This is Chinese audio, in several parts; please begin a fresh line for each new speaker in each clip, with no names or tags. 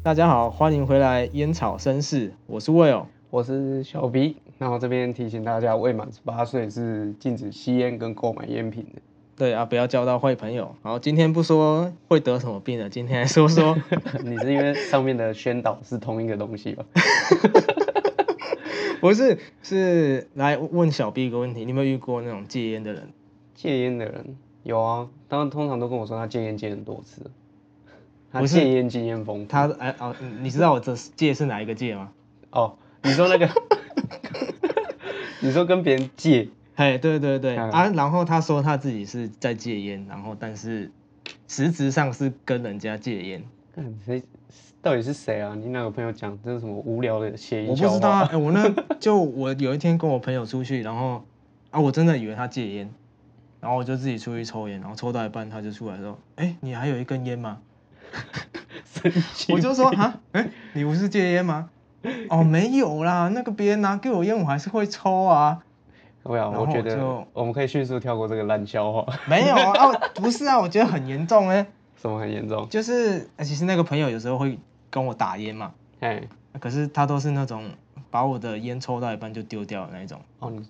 大家好，欢迎回来烟草绅士，我是 Will，
我是小 B。然后这边提醒大家，未满18岁是禁止吸烟跟购买烟品的。
对啊，不要交到坏朋友。好，今天不说会得什么病了，今天来说说。
你是因为上面的宣导是同一个东西吧？
不是，是来问小 B 一个问题，你有没有遇过那种戒烟的人？
戒烟的人有啊，他们通常都跟我说他戒烟戒很多次，他
不是
戒烟经验丰富。
你知道我这戒是哪一个戒吗？
哦，你说那个，你说跟别人戒？
嘿，对啊，然后他说他自己是在戒烟，然后但是实质上是跟人家戒烟。
到底是谁啊？你哪个朋友讲这是什么无聊的谐音
我
笑话？
不知道啊，我有一天跟我朋友出去，然后我真的以为他戒烟，然后我就自己出去抽烟，然后抽到一半他就出来说：“你还有一根烟吗？”我就说：“哈，你不是戒烟吗？”哦，没有啦，那个别人拿给我烟，我还是会抽啊。
我觉得我们可以迅速跳过这个烂笑话。
没有啊，不是啊，我觉得很严重
什么很严重？
就是其实那个朋友有时候会跟我打烟嘛，可是他都是那种把我的烟抽到一半就丢掉的那一种。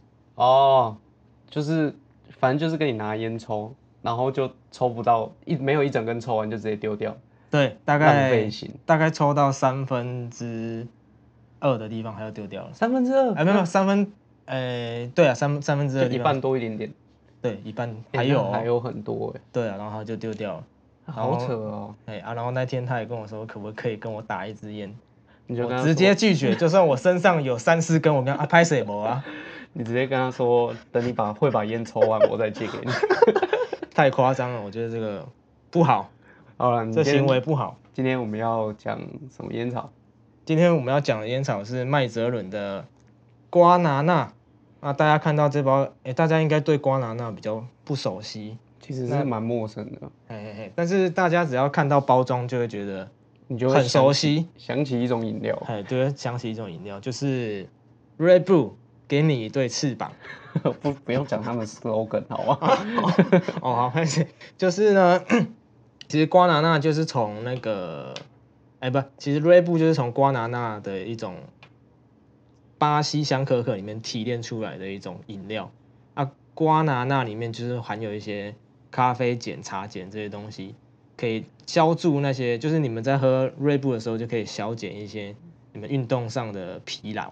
就是反正就是跟你拿烟抽，然后就抽不到没有一整根抽完就直接丢掉。
对，大
浪费型，
大概抽到2/3的地方他就丢掉了。
2/3？
没有对啊，2/3的地方，
一半多一点点。
对，一半
还有很多
对啊，然后他就丢掉了。
好扯哦。
然后那天他也跟我说，可不可以跟我打一支烟？
我
直接拒绝，就算我身上有3-4根，我跟他拍谁没啊？
你直接跟他说，等你会把烟抽完，我再借给你。
太夸张了，我觉得这个不好。
好了，
这行为不好。
今天我们要讲什么烟草？
今天我们要讲的烟草是麦哲伦的瓜拿纳。大家看到这包，大家应该对瓜拿纳比较不熟悉，
其实是蛮陌生的。
但是大家只要看到包装，就会觉得
你就会
很熟悉，
想起一种饮料。
就会想起一种饮料，就是 Red Bull 给你一对翅膀。
不用讲他们 slogan 好吗？
好，开始。就是呢，其实瓜拿纳就是从那个，其实 Red Bull 就是从瓜拿纳的一种巴西香可可里面提炼出来的一种饮料。瓜拿纳里面就是含有一些咖啡碱、茶碱这些东西，可以消除那些，就是你们在喝 Red Bull 的时候就可以消减一些你们运动上的疲劳。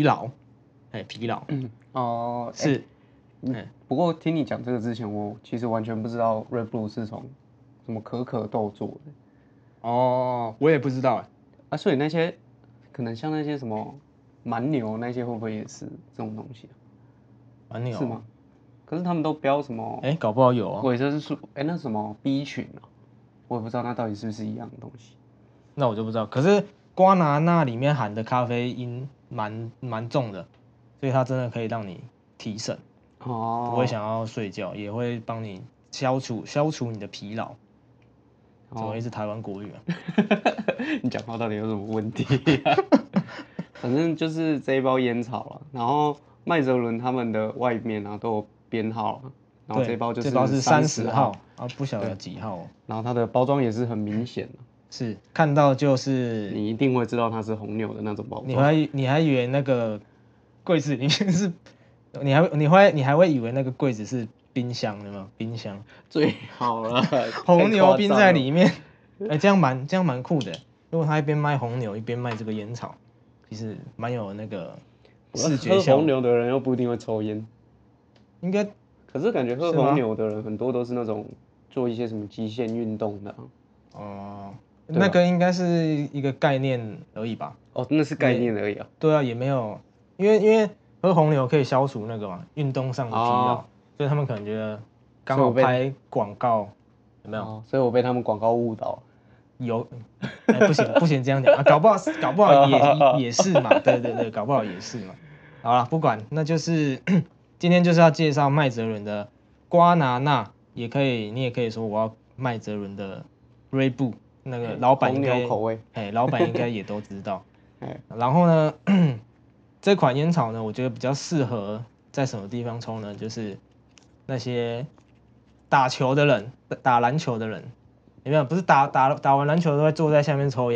是。
不过听你讲这个之前，我其实完全不知道 Red Bull 是从什么可可豆做的。
我也不知道
所以那些可能像那些什么蛮牛那些会不会也是这种东西
蛮牛
是吗？可是他们都标什么？
搞不好有啊。
伪色是说，那什么 B 群我也不知道那到底是不是一样的东西。
那我就不知道。可是瓜拿纳里面含的咖啡因蛮重的，所以它真的可以让你提神。不会想要睡觉，也会帮你消除你的疲劳。怎么会是台湾国语啊？
你讲话到底有什么问题反正就是这一包烟草了，然后麦哲伦他们的外面都有编号，然后这包就是
30号不晓得有几号
然后它的包装也是很明显
是看到就是
你一定会知道它是红牛的那种包装。
你还以为那个柜子里面是，你还会以为那个柜子是冰箱的吗？冰箱
最好了，
红牛冰在里面，这样蛮酷的。如果他一边卖红牛一边卖这个烟草，其实蛮有那个视觉效果。
喝红牛的人又不一定会抽烟，
应该。
可是感觉喝红牛的人很多都是那种做一些什么极限运动的
那个应该是一个概念而已吧？
那是概念而已
对啊，也没有，因为喝红牛可以消除那个嘛运动上的疲劳，所以他们可能觉得刚好拍广告有没有？
所以我被他们广告误导。
有，不行这样讲搞不好也是嘛，对，搞不好也是嘛。好了，不管，那就是今天就是要介绍麦哲伦的瓜拿纳，你也可以说我要麦哲伦的 Red Bull， 那个老板应该
口味，
老板应该也都知道。然后呢，这款烟草呢，我觉得比较适合在什么地方抽呢？就是那些打球的人、打篮球的人。有没有？不是打完篮球都会坐在下面抽烟吗？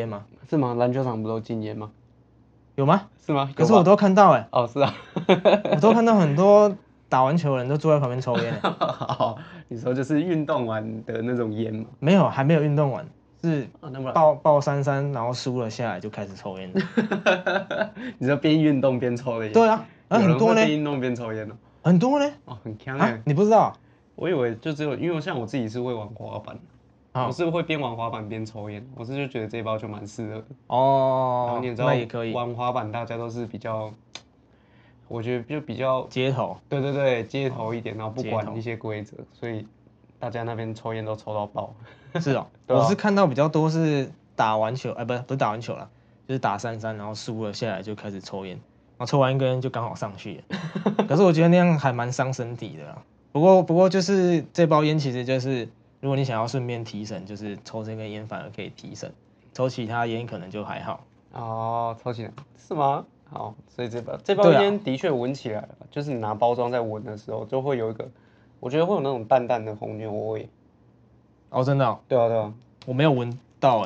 是吗？篮球场不都禁烟吗？
有吗？
是吗？
可是我都看到
哦，是啊，
我都看到很多打完球的人都坐在旁边抽烟
好，你说就是运动完的那种烟吗？
没有，还没有运动完，是
那么
抱3-3，然后输了下来就开始抽烟的。
你说边运动边抽的烟？
对啊，
有人
很多呢，
会边运动边抽烟哦。
很多呢。
哦，很强
啊，你不知道？
我以为就只有，因为像我自己是会玩滑板，我是会边玩滑板边抽烟，我是就觉得这一包就蛮适合的。
哦，
然后你也知道，
那也可以。
玩滑板大家都是比较，我觉得就比较
街头。
对对对，街头一点，然后不
街头
管一些规则，所以大家那边抽烟都抽到爆。
是哦，
对啊
我是看到比较多是打完球，不是打完球啦，就是打3-3，然后输了下来就开始抽烟，然后抽完一根就刚好上去了。可是我觉得那样还蛮伤身体的啦。不过就是这包烟其实就是如果你想要顺便提神，就是抽这根烟反而可以提神，抽其他烟可能就还好。
哦，抽起来是吗？好，所以这包烟的确闻起来了，就是你拿包装在闻的时候，就会有一个，我觉得会有那种淡淡的红牛味。
哦，真的哦？
对啊，对啊，
我没有闻到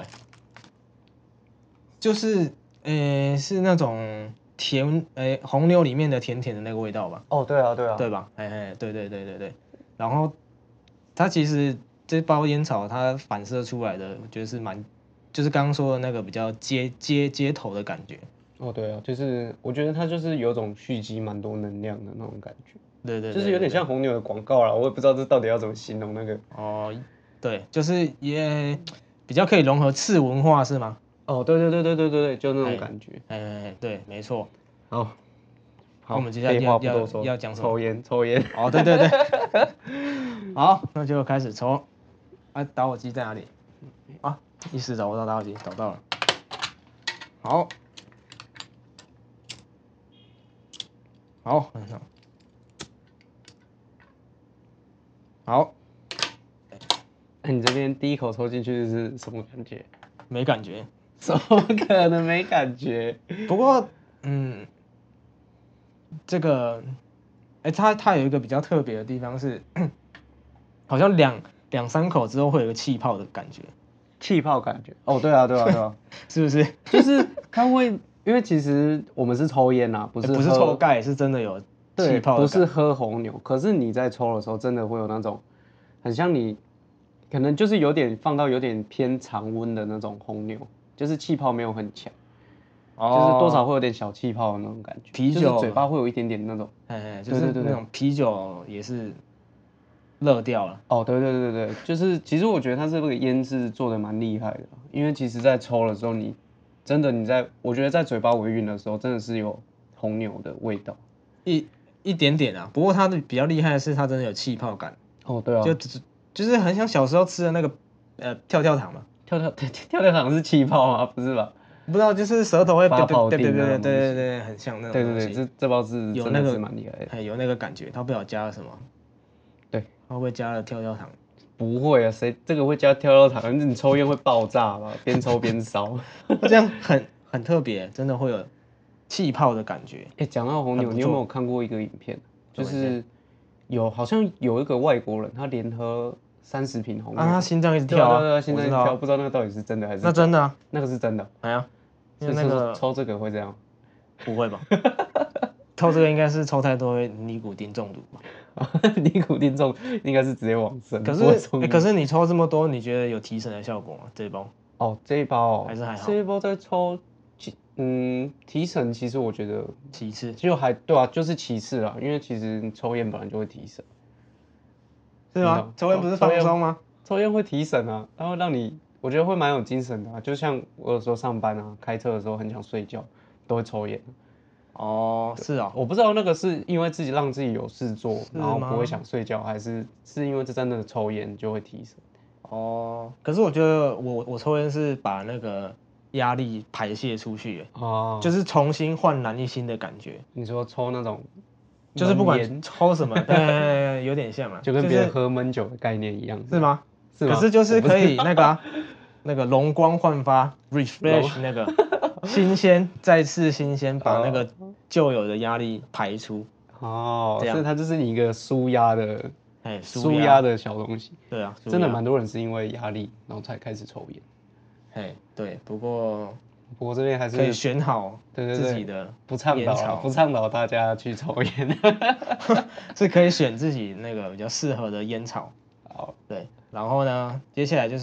就是是那种甜红牛里面的甜甜的那个味道吧？
哦，对啊，对啊，
对吧？对对对对对。然后它其实这包烟草它反射出来的，我觉得是就是刚刚说的那个比较街头的感觉。
哦，对啊，就是我觉得它就是有种蓄积蛮多能量的那种感觉。
对对对，
就是有点像红牛的广告啦，我也不知道这到底要怎么形容那个。
哦，对，就是也比较可以融合次文化是吗？
哦，对对对对对对对，就那种感觉。
对，没错。
好，
我们接下来要讲什么？
抽烟，抽烟。
哦，对对对。好，那就开始抽。打火机在哪里？啊，一时找不到打火机，找到了。好，好，很好。好，
你这边第一口抽进去是什么感觉？
没感觉。
怎么可能没感觉？
不过，这个，它有一个比较特别的地方是，好像两三口之后会有个气泡的感觉。
气泡感觉？哦，对啊，对啊，对啊，
是不是？
就是它会，因为其实我们是抽烟啊，不是
抽盖，是真的有气泡的感觉。
不是喝红牛，可是你在抽的时候，真的会有那种，很像你，可能就是有点放到有点偏常温的那种红牛，就是气泡没有很强。就是多少会有点小气泡的那种感觉，
啤酒
就是嘴巴会有一点点那种，
就是那种啤酒也是热掉了。
哦，对对对对对，就是其实我觉得它这个腌制做的蛮厉害的，因为其实在抽的时候，我觉得在嘴巴微晕的时候，真的是有红牛的味道，
一点点啊。不过它的比较厉害的是，它真的有气泡感。
哦，对啊，
就是很像小时候吃的那个跳跳糖嘛。
跳跳糖是气泡吗？不是吧？
不知道，就是舌头会
发泡定那种
对，很像那种东西。
对，这包是真的是蛮厉害的，
有那个感觉。它不知道加了什么？
对，
它会不会加了跳跳糖？
不会啊，谁这个会加跳跳糖？你抽烟会爆炸吧？边抽边烧，
这样很特别，真的会有气泡的感觉。
讲到红牛，你有没有看过一个影片？就是好像有一个外国人，他连喝30瓶红牛，
他心脏一直跳
对，心脏一直跳，不知道那个到底是真的还是
那真的啊？
那个是真的。
哎呀，
因为那个抽这个会这样？
不会吧？抽这个应该是抽太多尼古丁中毒吧？
尼古丁中应该是直接往生。
可是你抽这么多，你觉得有提神的效果吗？这一包？
哦，这一包
还是还好。
这一包在抽，提神其实我觉得
其次，
对啊，就是其次啦，因为其实你抽烟本来就会提神。
是吗？抽烟不是放松吗？
抽烟会提神啊，它会让你，我觉得会蛮有精神的啊。就像我有时候上班啊，开车的时候很想睡觉，都会抽烟。
哦，是啊，
我不知道那个是因为让自己有事做，然后不会想睡觉，还是因为这真的抽烟就会提神。
哦，可是我觉得我抽烟是把那个压力排泄出去，就是重新焕然一新的感觉。
你说抽那种，
就是不管抽什么，对，有点像啊，
就跟别人喝闷酒的概念一样，
是吗？可是就是可以那个容光焕发 ，refresh 那个再次新鲜，把那个旧有的压力排出。
哦，所以它就是你一个舒压的小东西。
对啊，
真的蛮多人是因为压力，然后才开始抽烟。
对，不过
我这边还是
可以选好
对
自己的
不倡导啊，不倡导大家去抽烟，
是可以选自己那个比较适合的烟草。
好，
对，然后呢，接下来就是，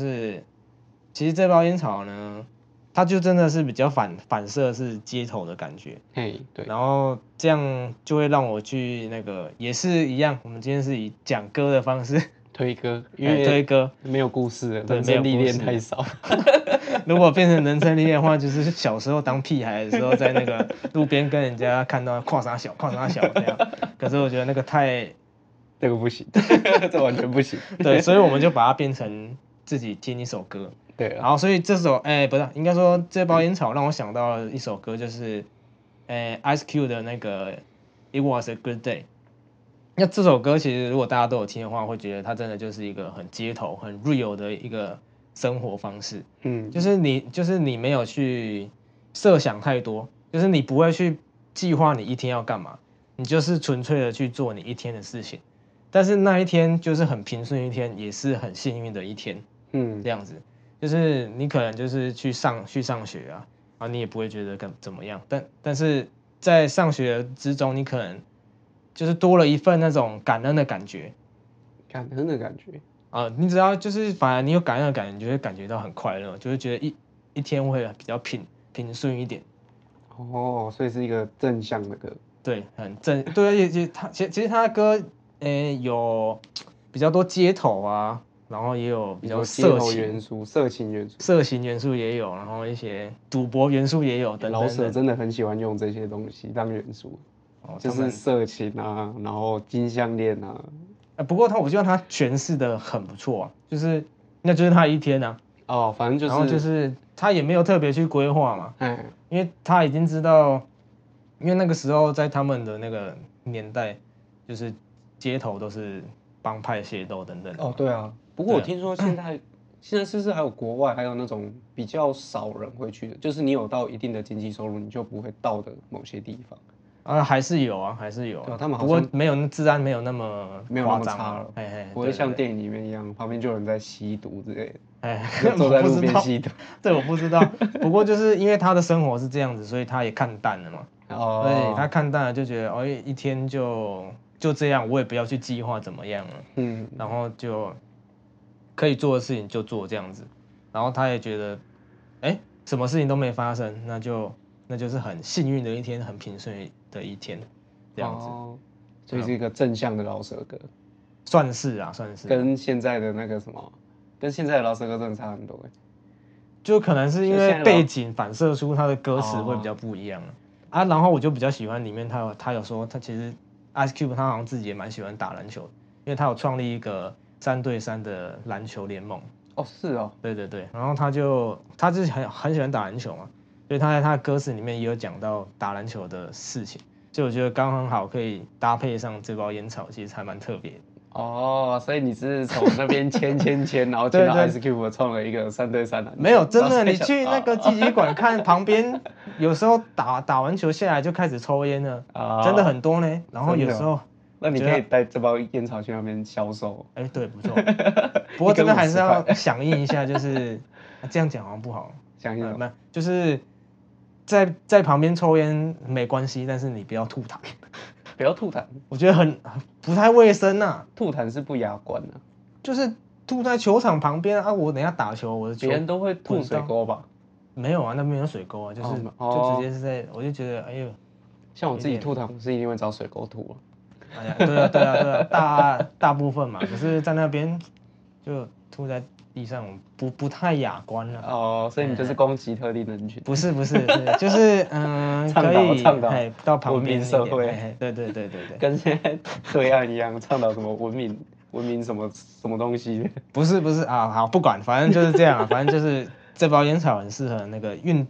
其实这包烟草呢，它就真的是比较反射是街头的感觉。
嘿，对，
然后这样就会让我去那个，也是一样，我们今天是以讲歌的方式
推歌，因为
推歌，
没有故事了，
对，
人
没有
生历练
故事
太少。
如果变成人生历练的话，就是小时候当屁孩的时候，在那个路边跟人家看到跨啥小这样。可是我觉得那个太，
这个不行，这完全不行。
对，所以我们就把它变成自己听一首歌。
对
然后所以这首，不是，应该说这包烟草让我想到了一首歌，就是，Ice Cube 的那个 It Was a Good Day。那这首歌其实如果大家都有听的话，会觉得它真的就是一个很街头、很 real 的一个生活方式。就是你没有去设想太多，就是你不会去计划你一天要干嘛，你就是纯粹的去做你一天的事情。但是那一天就是很平顺一天，也是很幸运的一天。这样子，就是你可能就是去上学啊，你也不会觉得怎么样。但是在上学之中，你可能就是多了一份那种感恩的感觉。
感恩的感觉
你只要就是反而你有感恩的感觉，你就会感觉到很快乐，就会觉得一天会比较平顺一点。
哦，所以是一个正向的歌。
对，很正。对，也其实他的歌，有比较多街头啊，然后也有比较色情
元素、色情元素、
色情元素也有，然后一些赌博元素也有等等。
老舍真的很喜欢用这些东西当元素，就是色情啊，然后金项链啊。
不过我觉得他诠释的很不错啊，那就是他一天啊。
反正就是，
然后就是他也没有特别去规划嘛，因为他已经知道，因为那个时候在他们的那个年代，就是街头都是帮派械斗等等。
对啊。不过我听说现在是不是还有国外还有那种比较少人会去的，就是你有到一定的经济收入，你就不会到的某些地方。
还是有啊。对，
他们好像
不过没有治安没有那么夸张
了，不会像电影里面一样，旁边就有人在吸毒之类的。坐在路边吸毒。
对，我不知道。不过就是因为他的生活是这样子，所以他也看淡了嘛。所以他看淡了，就觉得一天就这样，我也不要去计划怎么样了。然后就可以做的事情就做这样子。然后他也觉得，什么事情都没发生，那就是很幸运的一天，很平顺的一天，这样子。
所以是一个正向的饶舌歌。
算是啊。
跟现在的那个什么，跟现在的饶舌歌真的差很多。
就可能是因为背景反射出他的歌词会比较不一样然后我就比较喜欢里面他有说他其实 Ice Cube 他好像自己也蛮喜欢打篮球，因为他有创立一个3对3的篮球联盟。
是哦。
对。然后他就是很喜欢打篮球嘛，所以他在他的歌词里面也有讲到打篮球的事情，所以我觉得刚好可以搭配上这包烟草，其实还蛮特别的。
所以你是从那边签，然后签到 Ice Cube 创了一个3对3篮球。
没有，真的，你去那个击击馆看旁边，有时候打完球下来就开始抽烟了，真的很多呢。然后有时候，
那你可以带这包烟草去那边销售。
对，不错。不过这边还是要响应一下，就是这样讲好像不好。
响应什么？
就是在旁边抽烟没关系，但是你不要吐痰。
不要吐痰，
我觉得不太卫生啊。
吐痰是不雅观的，
就是吐在球场旁边我等一下打球，我的球
别人都会吐水沟吧？
没有啊，那边有水沟啊，就是就直接是在，我就觉得
像我自己吐痰，我是一定会找水沟吐
对啊，大部分嘛，可是在那边就吐在地上，不太雅观了。
所以你就是攻击特定人群？
不是，就是可以
倡导
到旁边
社会。
对，
跟现在对岸一样，倡导什么文明什么东西？
不是好不管，反正就是这样反正就是这包烟草很适合那个运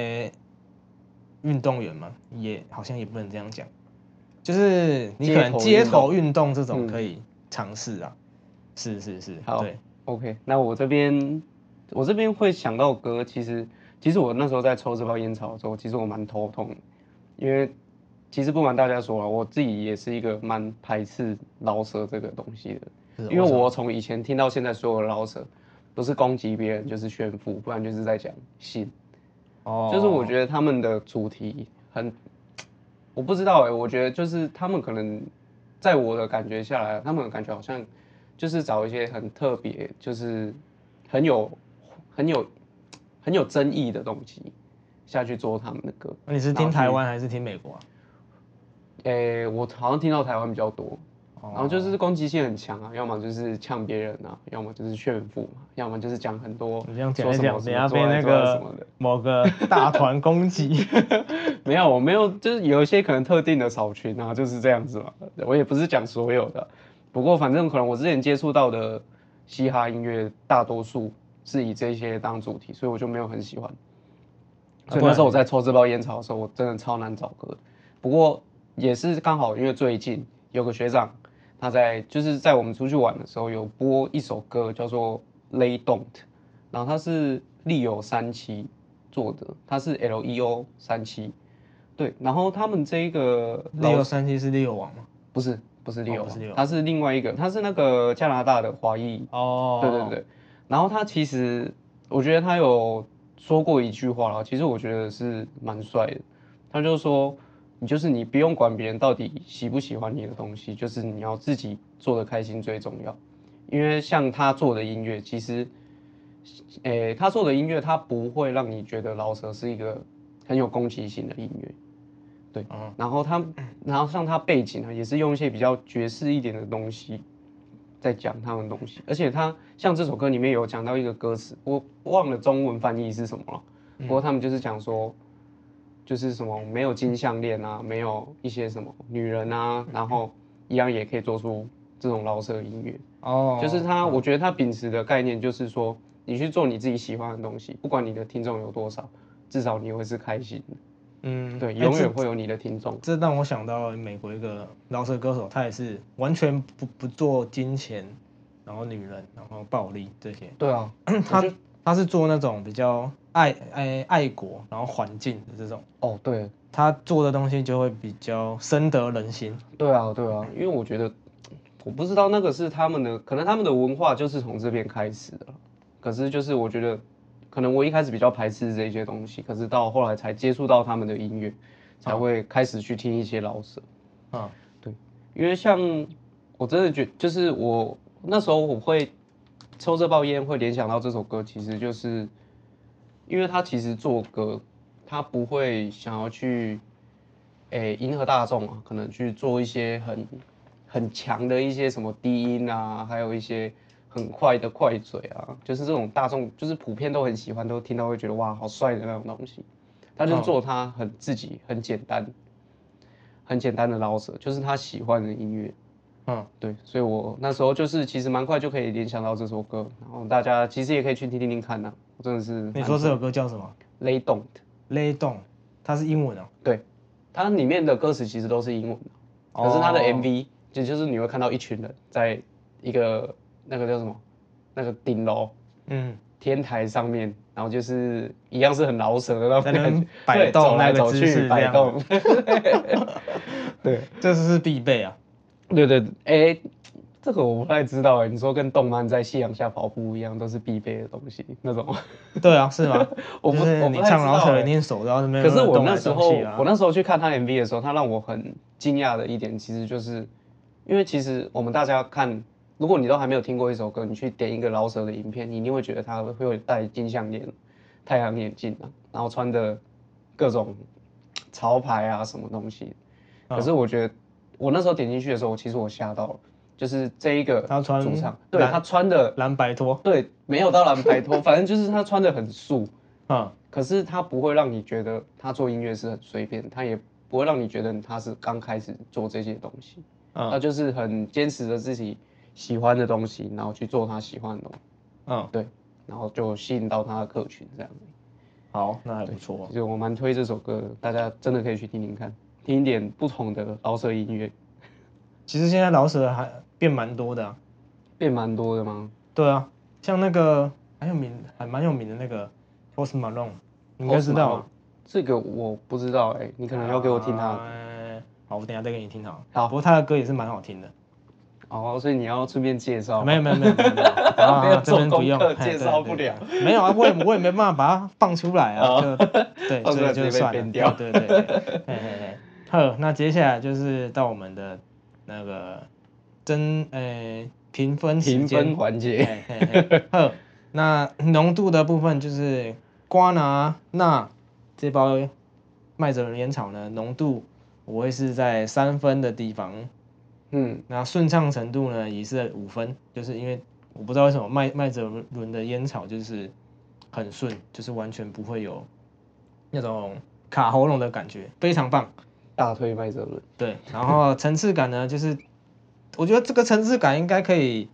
动员嘛，也好像也不能这样讲。就是你可能街头运动这种可以尝试啊。是。
好，
对
，OK。那我这边会想到歌，其实我那时候在抽这包烟草的时候，其实我蛮头痛的，因为其实不瞒大家说了，我自己也是一个蛮排斥饶舌这个东西的，因为我从以前听到现在所有的饶舌都是攻击别人，就是炫富，不然就是在讲性。
哦，
就是我觉得他们的主题很，我不知道我觉得就是他们可能在我的感觉下来，他们的感觉好像就是找一些很特别，就是很有很有很有争议的东西下去做他们的歌。
你是听台湾还是听美国啊？
我好像听到台湾比较多。然后就是
哦，
攻击性很强啊，要么就是呛别人啊，要么就是炫富嘛，要么就是讲很多
你这样讲
说什么
一讲，等下被
什么做爱
那个
做爱什么的。
某个大团攻击。
没有，我没有，就是有一些可能特定的草群啊，就是这样子嘛。我也不是讲所有的，不过反正可能我之前接触到的嘻哈音乐，大多数是以这些当主题，所以我就没有很喜欢。所以那时候我在抽这包烟草的时候，我真的超难找歌。不过也是刚好，因为最近有个学长，他就是在我们出去玩的时候有播一首歌，叫做《Lay Don't》，然后他是Leo37做的，他是 Leo37，对，然后他们这一个
637是6网吗？
不是 Leo，、
不是6
他是另外一个，他是那个加拿大的华裔，
哦，
对对对，然后他其实我觉得他有说过一句话啦，其实我觉得是蛮帅的，他就说。你不用管别人到底喜不喜欢你的东西，就是你要自己做的开心最重要。因为像他做的音乐，其实，他做的音乐他不会让你觉得饶舌是一个很有攻击性的音乐，对。然后像他背景呢，也是用一些比较爵士一点的东西在讲他们的东西，而且他像这首歌里面有讲到一个歌词，我忘了中文翻译是什么了，不过他们就是讲说。就是什么没有金项链啊，没有一些什么女人啊，然后一样也可以做出这种饶舌音乐。
哦，
就是我觉得他秉持的概念就是说，你去做你自己喜欢的东西，不管你的听众有多少，至少你会是开心的。对，永远会有你的听众。
这让我想到美国一个饶舌歌手，他也是完全不做金钱，然后女人，然后暴力这些。
对啊，
他是做那种比较爱国，然后环境的这种。
哦，对，
他做的东西就会比较深得人心。
对啊，对啊，因为我觉得，我不知道那个是他们的，可能他们的文化就是从这边开始的。可是就是我觉得，可能我一开始比较排斥这些东西，可是到后来才接触到他们的音乐，才会开始去听一些饶舌。对，因为像我真的觉得，就是我那时候我会抽这包烟，会联想到这首歌，其实就是因为他其实做歌，他不会想要去，迎合大众啊，可能去做一些很强的一些什么低音啊，还有一些很快的快嘴啊，就是这种大众就是普遍都很喜欢，都听到会觉得哇好帅的那种东西。他就是做他自己很简单的饶舌，就是他喜欢的音乐。对，所以我那时候就是其实蛮快就可以联想到这首歌，然后大家其实也可以去听听看呐，我真的是。
你说这首歌叫什么
？Lay Don't。
Lay Down，它是英文哦。
对，它里面的歌词其实都是英文的，可是它的 MV 就是你会看到一群人在一个那个叫什么，那个顶楼，天台上面，然后就是一样是很饶舌的那种感觉，
摆动
走来走去摆动，对，
这是必备啊。
对，这个我不太知道你说跟动漫在夕阳下跑步一样，都是必备的东西那种。
对啊，是吗？
我
你唱饶舌一定手都要那边。
可是我那时候去看他 MV 的时候，他让我很惊讶的一点，其实就是因为其实我们大家看，如果你都还没有听过一首歌，你去点一个饶舌的影片，你一定会觉得他会有戴金项链、太阳眼镜啊，然后穿的各种潮牌啊什么东西。可是我觉得。我那时候点进去的时候，其实我吓到了，就是这一个主唱，对他穿的
蓝白拖，
对，没有到蓝白拖，反正就是他穿的很素，可是他不会让你觉得他做音乐是很随便，他也不会让你觉得他是刚开始做这些东西，他就是很坚持着自己喜欢的东西，然后去做他喜欢的东西，对，然后就吸引到他的客群这样。
好，那还不错，
就我蛮推这首歌的，大家真的可以去听听看。听一点不同的饶舌音乐，
其实现在饶舌还变蛮多的啊，
变蛮多的吗？
对啊，像那个还蛮有名的那个 Post Malone， 你应该知道吗？
这个我不知道你可能要给我听他。
好，我等一下再给你听好。
好，
不过他的歌也是蛮好听的。
哦，所以你要顺便介绍？
没有，
没有
这边不用
介绍不了。
没有啊，我也没办法把它放出来啊，对，所以就算了。对，好，那接下来就是到我们的那个评分
环节。
好，那浓度的部分就是瓜拿那这包麦哲伦烟草呢，浓度我会是在3分的地方。那顺畅程度呢也是5分，就是因为我不知道为什么麦哲伦的烟草就是很顺，就是完全不会有那种卡喉咙的感觉，非常棒。
大推麦哲伦。
对，然后层次感呢，就是我觉得这个层次感应该可以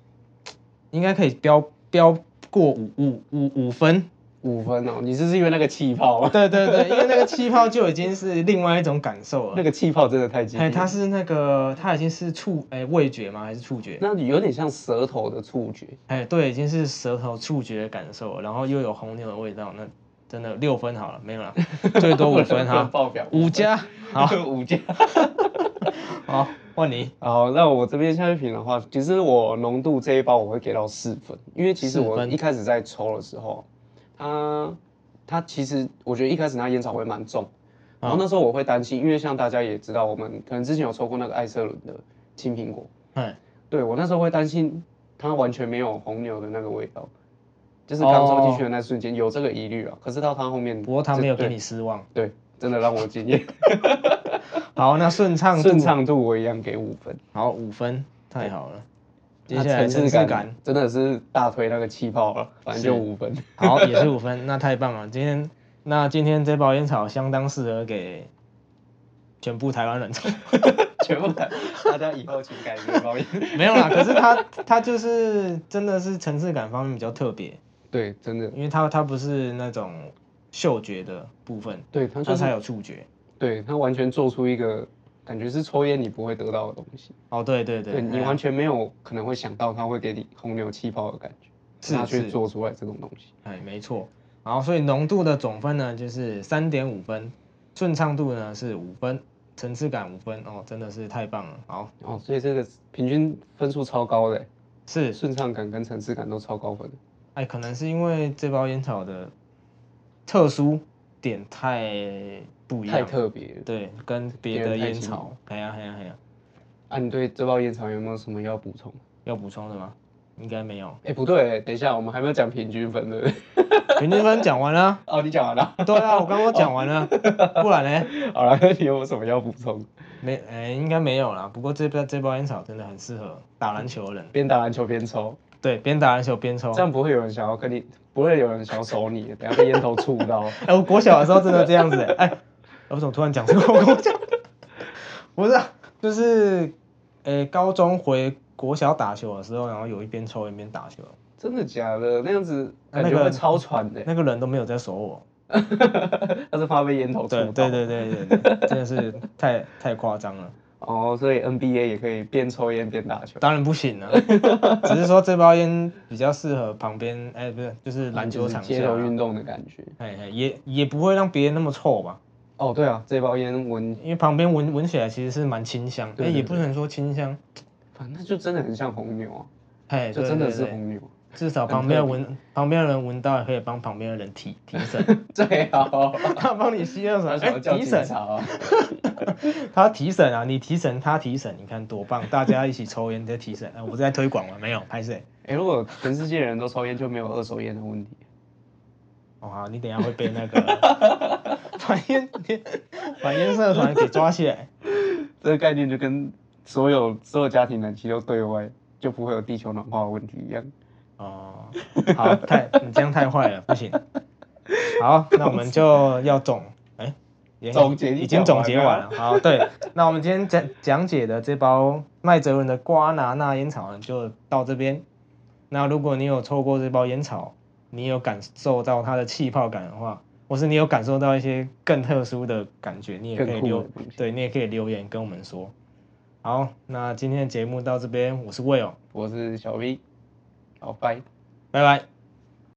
标过五分。
5分哦，你是因为那个气泡？
对，因为那个气泡就已经是另外一种感受了。
那个气泡真的太激烈。
它是它已经是味觉吗？还是触觉？
那有点像舌头的触觉。
对，已经是舌头触觉的感受了，然后又有红牛的味道，那真的6分好了，没有了，最多5分哈。
爆表
5加，好
，5加。
好，换你。
好，那我这边下去评的话，其实我浓度这一包我会给到4分，因为其实我一开始在抽的时候。它其实我觉得一开始那烟草味蛮重，然后那时候我会担心，因为像大家也知道，我们可能之前有抽过那个艾瑟伦的青苹果，对我那时候会担心它完全没有红牛的那个味道，就是刚抽进去的那瞬间有这个疑虑啊。可是到它后面，
不过它没有给你失望，
对，真的让我惊艳。
好，那顺畅
度我一样给5分，
好5分，太好了。接下
来层次感真的是大推那个气泡了，反正就5分。
好，也是5分，那太棒了。今天这包烟草相当适合给全部台湾人抽。
大家以后请改这包烟。
没有啦，可是它就是真的是层次感方面比较特别。
对，真的，
因为它不是那种嗅觉的部分，
对，
它才有触觉。
对，它完全做出一个。感觉是抽烟你不会得到的东西
哦，对，
你完全没有可能会想到它会给你红牛气泡的感觉，是它去做出来这种东西。
没错。然后所以浓度的总分呢就是3.5分，顺畅度呢是5分，层次感5分哦，真的是太棒了。好
哦，所以这个平均分数超高的，
是
顺畅感跟层次感都超高分
的。可能是因为这包烟草的特殊点太不一样，
太特别了，
对，跟别的烟草，
你对这包烟草有没有什么要补充？
要补充的吗？应该没有。
不对，等一下，我们还没有讲平均分的。
平均分讲完了。
哦，你讲完了？
对啊，我刚刚讲完了，不然呢？
好了，你有什么要补充？
应该没有啦。不过这包烟草真的很适合打篮球的人，
边打篮球边抽。
对，边打篮球边抽，
这样不会有人想要跟你，不会有人想要手你，等下被烟头触到。
我国小的时候真的这样子，我怎么突然讲这个？我讲，不是，就是高中回国小打球的时候，然后有一边抽一边打球。
真的假的？那样子感觉会超喘的。
那个人都没有在守我，
他是怕被烟头触到。
对，真的是太夸张了。
哦，所以 NBA 也可以边抽烟边打球？
当然不行了，只是说这包烟比较适合旁边，不是，就是篮球场下
街头运动的感觉。
也不会让别人那么臭吧？
哦，对啊，这包烟
因为旁边闻起来其实是蛮清香，也不能说清香，
反正就真的很像红牛
啊，
就真的是红牛。
至少旁边的人闻到，也可以帮旁边的人提神。
最好，
他帮你吸二手，
提神啊！
他提神啊，你提神，他提神，你看多棒！大家一起抽烟在提神，我是在推广吗？没有，拍谁？
如果全世界人都抽烟，就没有二手烟的问题。
好，你等一下会被那个反烟社团给抓起来。
这个概念就跟所有家庭冷气都对外，就不会有地球暖化的问题一样。
好，你这样太坏了，不行。好，那我们就要已经总结完了。好，对，那我们今天讲解的这包麦哲伦的瓜拿纳烟草呢，就到这边。那如果你有抽过这包烟草，你有感受到它的气泡感的话，或是你有感受到一些更特殊的感觉，你也可以你也可以留言跟我们说。好，那今天的节目到这边，我是 Will，
我是小 V， 好，拜
拜。